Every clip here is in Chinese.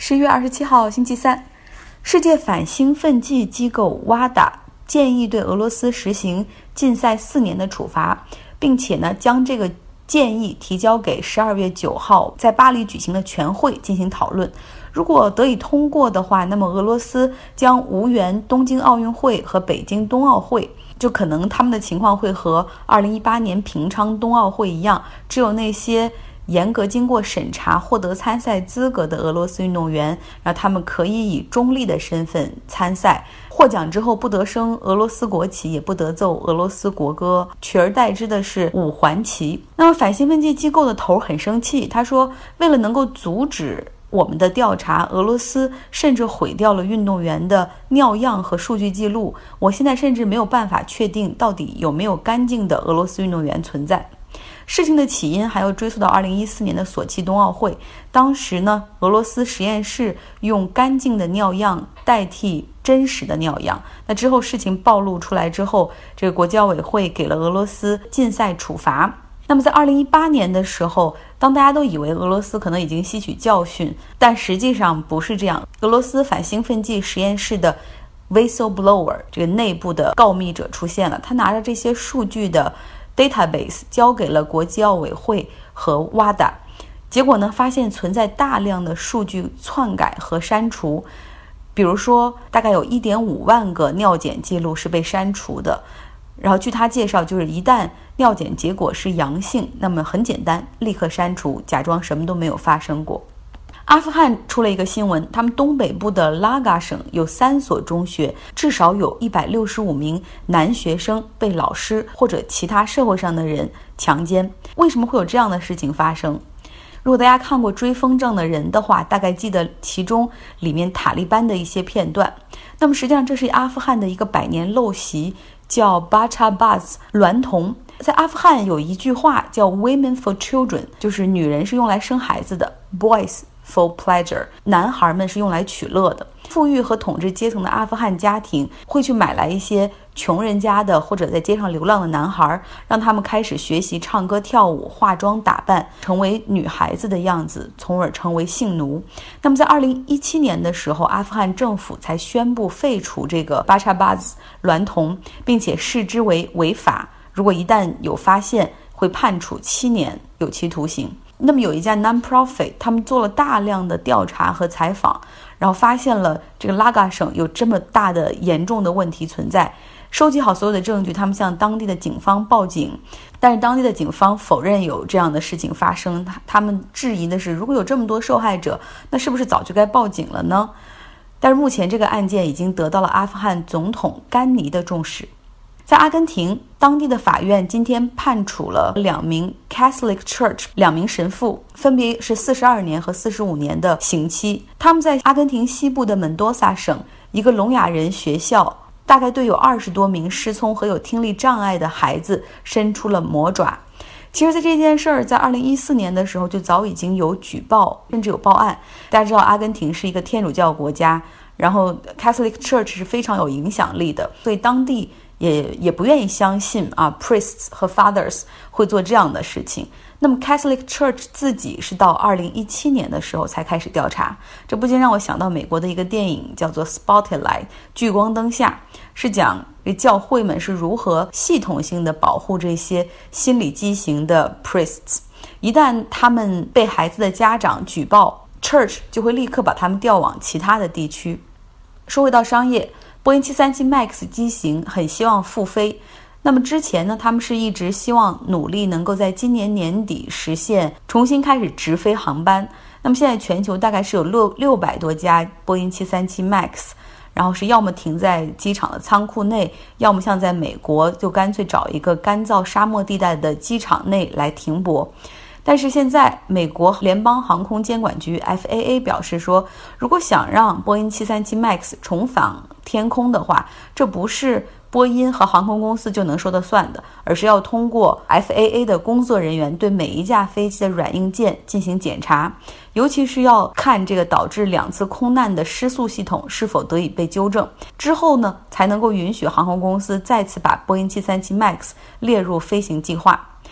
11月27号星期三，世界反兴奋剂机构 WADA 建议对俄罗斯实行禁赛4年的处罚，并且将这个建议提交给12月9号在巴黎举行的全会进行讨论。如果得以通过的话，那么俄罗斯将无缘东京奥运会和北京冬奥会，就可能他们的情况会和2018年平昌冬奥会一样，只有那些严格经过审查获得参赛资格的俄罗斯运动员，让他们可以以中立的身份参赛，获奖之后不得升俄罗斯国旗，也不得奏俄罗斯国歌，取而代之的是五环旗。那么反兴奋剂机构的头很生气，他说为了能够阻止我们的调查，俄罗斯甚至毁掉了运动员的尿样和数据记录，我现在甚至没有办法确定到底有没有干净的俄罗斯运动员存在。事情的起因还要追溯到2014年的索契冬奥会，当时俄罗斯实验室用干净的尿样代替真实的尿样。那之后事情暴露出来之后，这个国际奥委会给了俄罗斯禁赛处罚。那么在2018年的时候，当大家都以为俄罗斯可能已经吸取教训，但实际上不是这样。俄罗斯反兴奋剂实验室的 whistleblower 这个内部的告密者出现了，他拿着这些数据的 database 交给了国际奥委会和 WADA， 结果发现存在大量的数据篡改和删除，比如说大概有 1.5 万个尿检记录是被删除的。然后据他介绍，就是一旦尿检结果是阳性，那么很简单，立刻删除，假装什么都没有发生过。阿富汗出了一个新闻，他们东北部的拉嘎省有3所中学，至少有165名男学生被老师或者其他社会上的人强奸。为什么会有这样的事情发生？如果大家看过《追风筝的人》的话，大概记得其中里面塔利班的一些片段。那么实际上这是阿富汗的一个百年陋习，叫 Bachabaz 娈童。在阿富汗有一句话叫 Women for Children， 就是女人是用来生孩子的， Boys for pleasure， 男孩们是用来取乐的。富裕和统治阶层的阿富汗家庭会去买来一些穷人家的或者在街上流浪的男孩，让他们开始学习唱歌跳舞、化妆打扮，成为女孩子的样子，从而成为性奴。那么在2017年的时候，阿富汗政府才宣布废除这个巴查巴兹娈童，并且视之为违法，如果一旦有发现，会判处7年有期徒刑。那么有一家 non-profit， 他们做了大量的调查和采访，然后发现了这个拉嘎省有这么大的严重的问题存在，收集好所有的证据，他们向当地的警方报警，但是当地的警方否认有这样的事情发生。他们质疑的是，如果有这么多受害者，那是不是早就该报警了呢？但是目前这个案件已经得到了阿富汗总统甘尼的重视。在阿根廷，当地的法院今天判处了2名 Catholic Church 2名神父，分别是42年和45年的刑期。他们在阿根廷西部的门多萨省一个聋哑人学校，大概对有20多名失聪和有听力障碍的孩子伸出了魔爪。其实在这件事儿在2014年的时候就早已经有举报，甚至有报案。大家知道阿根廷是一个天主教国家，然后 Catholic Church 是非常有影响力的，所以当地也不愿意相信priests 和 fathers 会做这样的事情。那么 Catholic Church 自己是到2017年的时候才开始调查，这不禁让我想到美国的一个电影叫做 Spotlight 聚光灯下，是讲教会们是如何系统性的保护这些心理畸形的 priests， 一旦他们被孩子的家长举报， Church 就会立刻把他们调往其他的地区。说回到商业，波音737 MAX 机型很希望复飞，那么之前他们是一直希望努力能够在今年年底实现重新开始直飞航班。那么现在全球大概是有600多架波音737 MAX， 然后是要么停在机场的仓库内，要么像在美国就干脆找一个干燥沙漠地带的机场内来停泊。但是现在美国联邦航空监管局 FAA 表示说，如果想让波音737 MAX 重返天空的话，这不是波音和航空公司就能说得算的，而是要通过 FAA 的工作人员对每一架飞机的软硬件进行检查，尤其是要看这个导致2次空难的失速系统是否得以被纠正，之后才能够允许航空公司再次把波音737 MAX 列入飞行计划。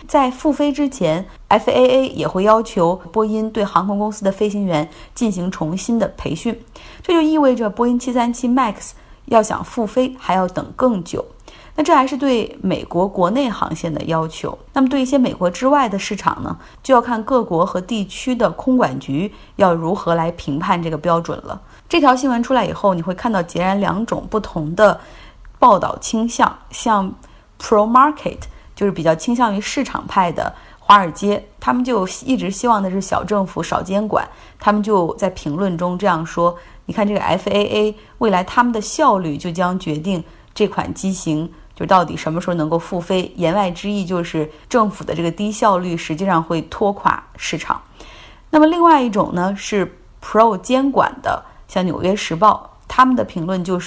在复飞之前 FAA 也会要求波音对航空公司的飞行员进行重新的培训，这就意味着波音737 MAX 要想复飞还要等更久。那这还是对美国国内航线的要求，那么对一些美国之外的市场呢，就要看各国和地区的空管局要如何来评判这个标准了。这条新闻出来以后，你会看到截然两种不同的报道倾向，像 Pro Market 就是比较倾向于市场派的华尔街，他们就一直希望的是小政府少监管，他们就在评论中这样说，你看这个 FAA 未来他们的效率就将决定这款机型就到底什么时候能够复飞，言外之意就是政府的这个低效率实际上会拖垮市场。那么另外一种呢是 Pro 监管的，像纽约时报，他们的评论就是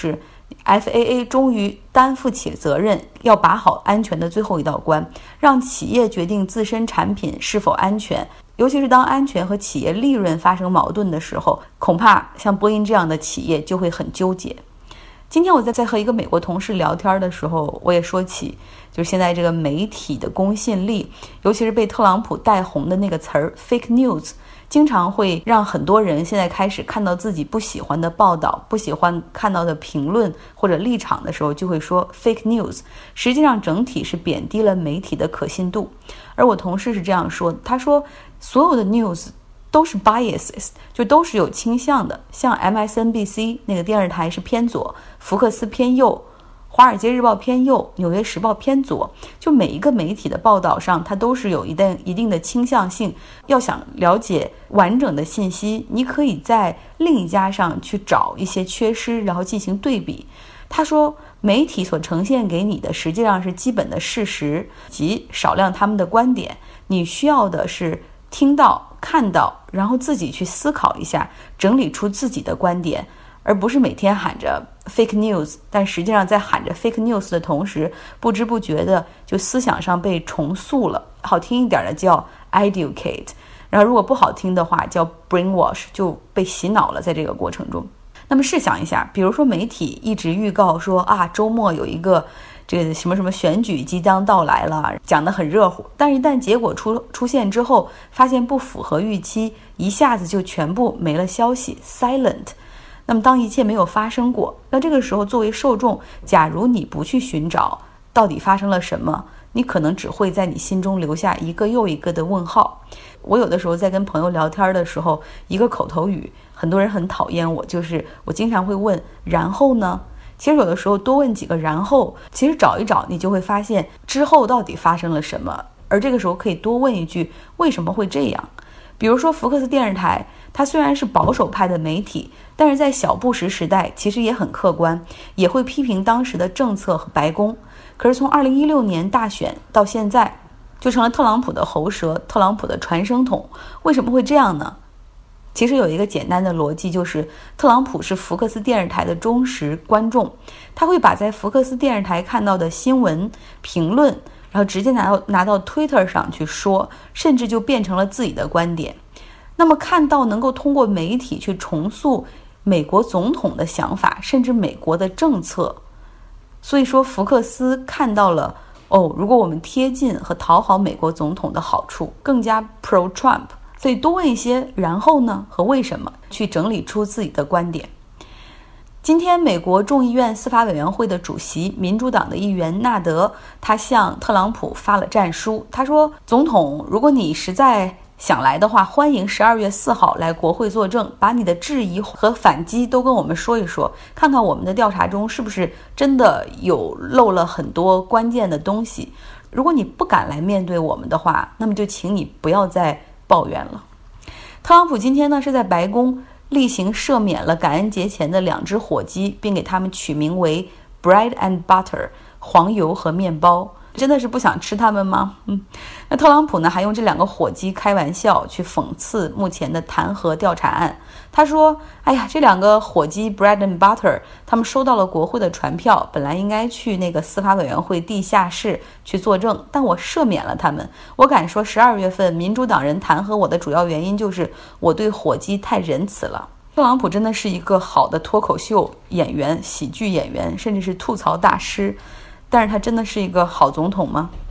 FAA 终于担负起责任，要把好安全的最后一道关，让企业决定自身产品是否安全，尤其是当安全和企业利润发生矛盾的时候，恐怕像波音这样的企业就会很纠结。今天我在和一个美国同事聊天的时候，我也说起就是现在这个媒体的公信力，尤其是被特朗普带红的那个词儿 fake news， 经常会让很多人现在开始看到自己不喜欢的报道，不喜欢看到的评论或者立场的时候，就会说 fake news， 实际上整体是贬低了媒体的可信度。而我同事是这样说，他说所有的 news都是 biases， 就都是有倾向的，像 MSNBC 那个电视台是偏左，福克斯偏右，华尔街日报偏右，纽约时报偏左，就每一个媒体的报道上它都是有一定的倾向性。要想了解完整的信息，你可以在另一家上去找一些缺失，然后进行对比。他说媒体所呈现给你的实际上是基本的事实及少量他们的观点，你需要的是听到看到，然后自己去思考一下，整理出自己的观点，而不是每天喊着 fake news， 但实际上在喊着 fake news 的同时，不知不觉的就思想上被重塑了，好听一点的叫 educate， 然后如果不好听的话叫 brainwash， 就被洗脑了在这个过程中。那么试想一下，比如说媒体一直预告说啊，周末有一个这个什么什么选举即将到来了，讲得很热乎，但是一旦结果出现之后，发现不符合预期，一下子就全部没了消息 silent。 那么当一切没有发生过，那这个时候作为受众，假如你不去寻找到底发生了什么，你可能只会在你心中留下一个又一个的问号。我有的时候在跟朋友聊天的时候，一个口头语很多人很讨厌我，就是我经常会问然后呢，其实有的时候多问几个然后，其实找一找你就会发现之后到底发生了什么，而这个时候可以多问一句为什么会这样。比如说福克斯电视台，它虽然是保守派的媒体，但是在小布什时代其实也很客观，也会批评当时的政策和白宫。可是从2016年大选到现在，就成了特朗普的喉舌，特朗普的传声筒。为什么会这样呢？其实有一个简单的逻辑，就是特朗普是福克斯电视台的忠实观众，他会把在福克斯电视台看到的新闻评论，然后直接拿到 Twitter 上去说，甚至就变成了自己的观点。那么看到能够通过媒体去重塑美国总统的想法，甚至美国的政策，所以说福克斯看到了如果我们贴近和讨好美国总统的好处，更加 pro Trump， 所以多问一些然后呢和为什么，去整理出自己的观点。今天美国众议院司法委员会的主席民主党的议员纳德，他向特朗普发了战书，他说总统，如果你实在想来的话，欢迎12月4号来国会作证，把你的质疑和反击都跟我们说一说，看看我们的调查中是不是真的有漏了很多关键的东西。如果你不敢来面对我们的话，那么就请你不要再抱怨了。特朗普今天呢是在白宫例行赦免了感恩节前的2只火鸡，并给他们取名为 bread and butter， 黄油和面包。真的是不想吃它们吗？那特朗普呢还用这2个火鸡开玩笑，去讽刺目前的弹劾调查案。他说哎呀，这2个火鸡 bread and butter， 他们收到了国会的传票，本来应该去那个司法委员会地下室去作证，但我赦免了他们。我敢说12月份民主党人弹劾我的主要原因就是我对火鸡太仁慈了。特朗普真的是一个好的脱口秀演员、喜剧演员，甚至是吐槽大师，但是他真的是一个好总统吗？好，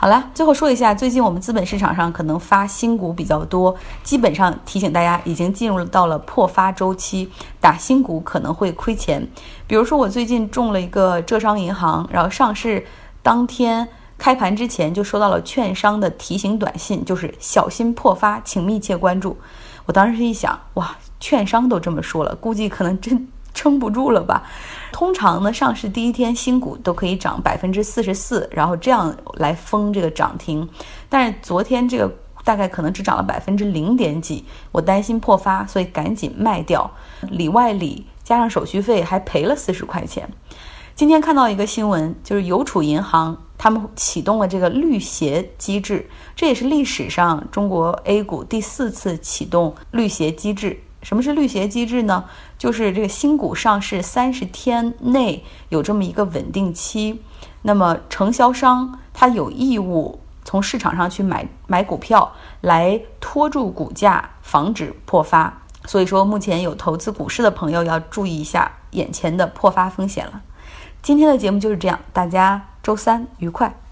好了，最后说一下，最近我们资本市场上可能发新股比较多，基本上提醒大家已经进入到了破发周期，打新股可能会亏钱。比如说我最近中了一个浙商银行，然后上市当天开盘之前就收到了券商的提醒短信，就是小心破发，请密切关注。我当时一想，哇，券商都这么说了，估计可能真撑不住了吧。通常呢，上市第一天新股都可以涨44%，然后这样来封这个涨停。但是昨天这个大概可能只涨了0点几，我担心破发，所以赶紧卖掉，里外里加上手续费还赔了40块钱。今天看到一个新闻，就是邮储银行他们启动了这个绿鞋机制，这也是历史上中国 A 股第4次启动绿鞋机制。什么是绿鞋机制呢？就是这个新股上市30天内有这么一个稳定期，那么承销商他有义务从市场上去买股票来拖住股价，防止破发。所以说目前有投资股市的朋友要注意一下眼前的破发风险了。今天的节目就是这样，大家周三愉快。